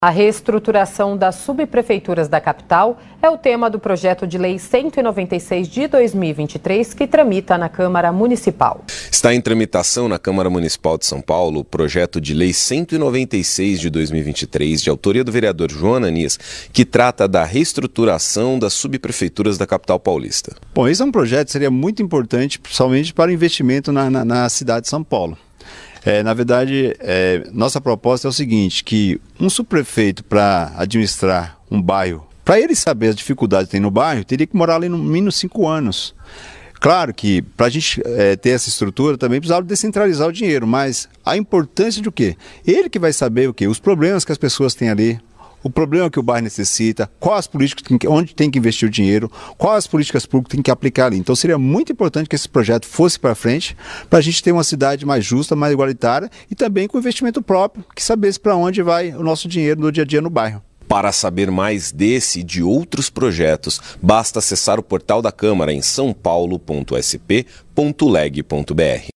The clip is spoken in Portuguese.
A reestruturação das subprefeituras da capital é o tema do projeto de lei 196 de 2023 que tramita na Câmara Municipal. Está em tramitação na Câmara Municipal de São Paulo o projeto de lei 196 de 2023, de autoria do vereador João Ananias, que trata da reestruturação das subprefeituras da capital paulista. Bom, esse é um projeto que seria muito importante, principalmente para o investimento na cidade de São Paulo. Na verdade, nossa proposta é o seguinte, que um subprefeito para administrar um bairro, para ele saber as dificuldades que tem no bairro, teria que morar ali no mínimo 5 anos. Claro que para a gente ter essa estrutura também precisava descentralizar o dinheiro, mas a importância de o quê? Ele que vai saber o quê? Os problemas que as pessoas têm ali, o problema que o bairro necessita, quais as políticas, onde tem que investir o dinheiro, quais as políticas públicas tem que aplicar ali. Então seria muito importante que esse projeto fosse para frente, para a gente ter uma cidade mais justa, mais igualitária e também com investimento próprio, que sabesse para onde vai o nosso dinheiro no dia a dia no bairro. Para saber mais desse e de outros projetos, basta acessar o portal da Câmara em sãopaulo.sp.leg.br.